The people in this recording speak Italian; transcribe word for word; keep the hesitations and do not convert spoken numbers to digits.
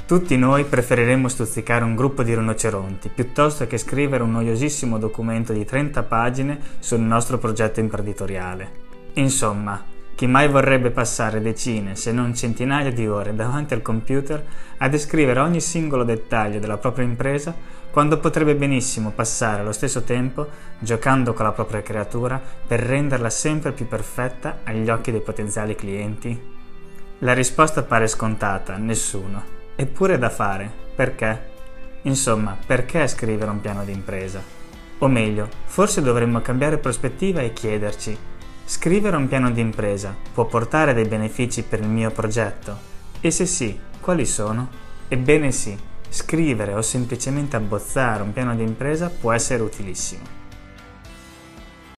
Tutti noi preferiremmo stuzzicare un gruppo di rinoceronti piuttosto che scrivere un noiosissimo documento di trenta pagine sul nostro progetto imprenditoriale. Insomma, chi mai vorrebbe passare decine, se non centinaia di ore davanti al computer a descrivere ogni singolo dettaglio della propria impresa, quando potrebbe benissimo passare allo stesso tempo giocando con la propria creatura per renderla sempre più perfetta agli occhi dei potenziali clienti? La risposta pare scontata: nessuno. Eppure è da fare. Perché? Insomma, perché scrivere un piano di impresa? O meglio, forse dovremmo cambiare prospettiva e chiederci: scrivere un piano di impresa può portare dei benefici per il mio progetto? E se sì, quali sono? Ebbene sì, scrivere o semplicemente abbozzare un piano di impresa può essere utilissimo.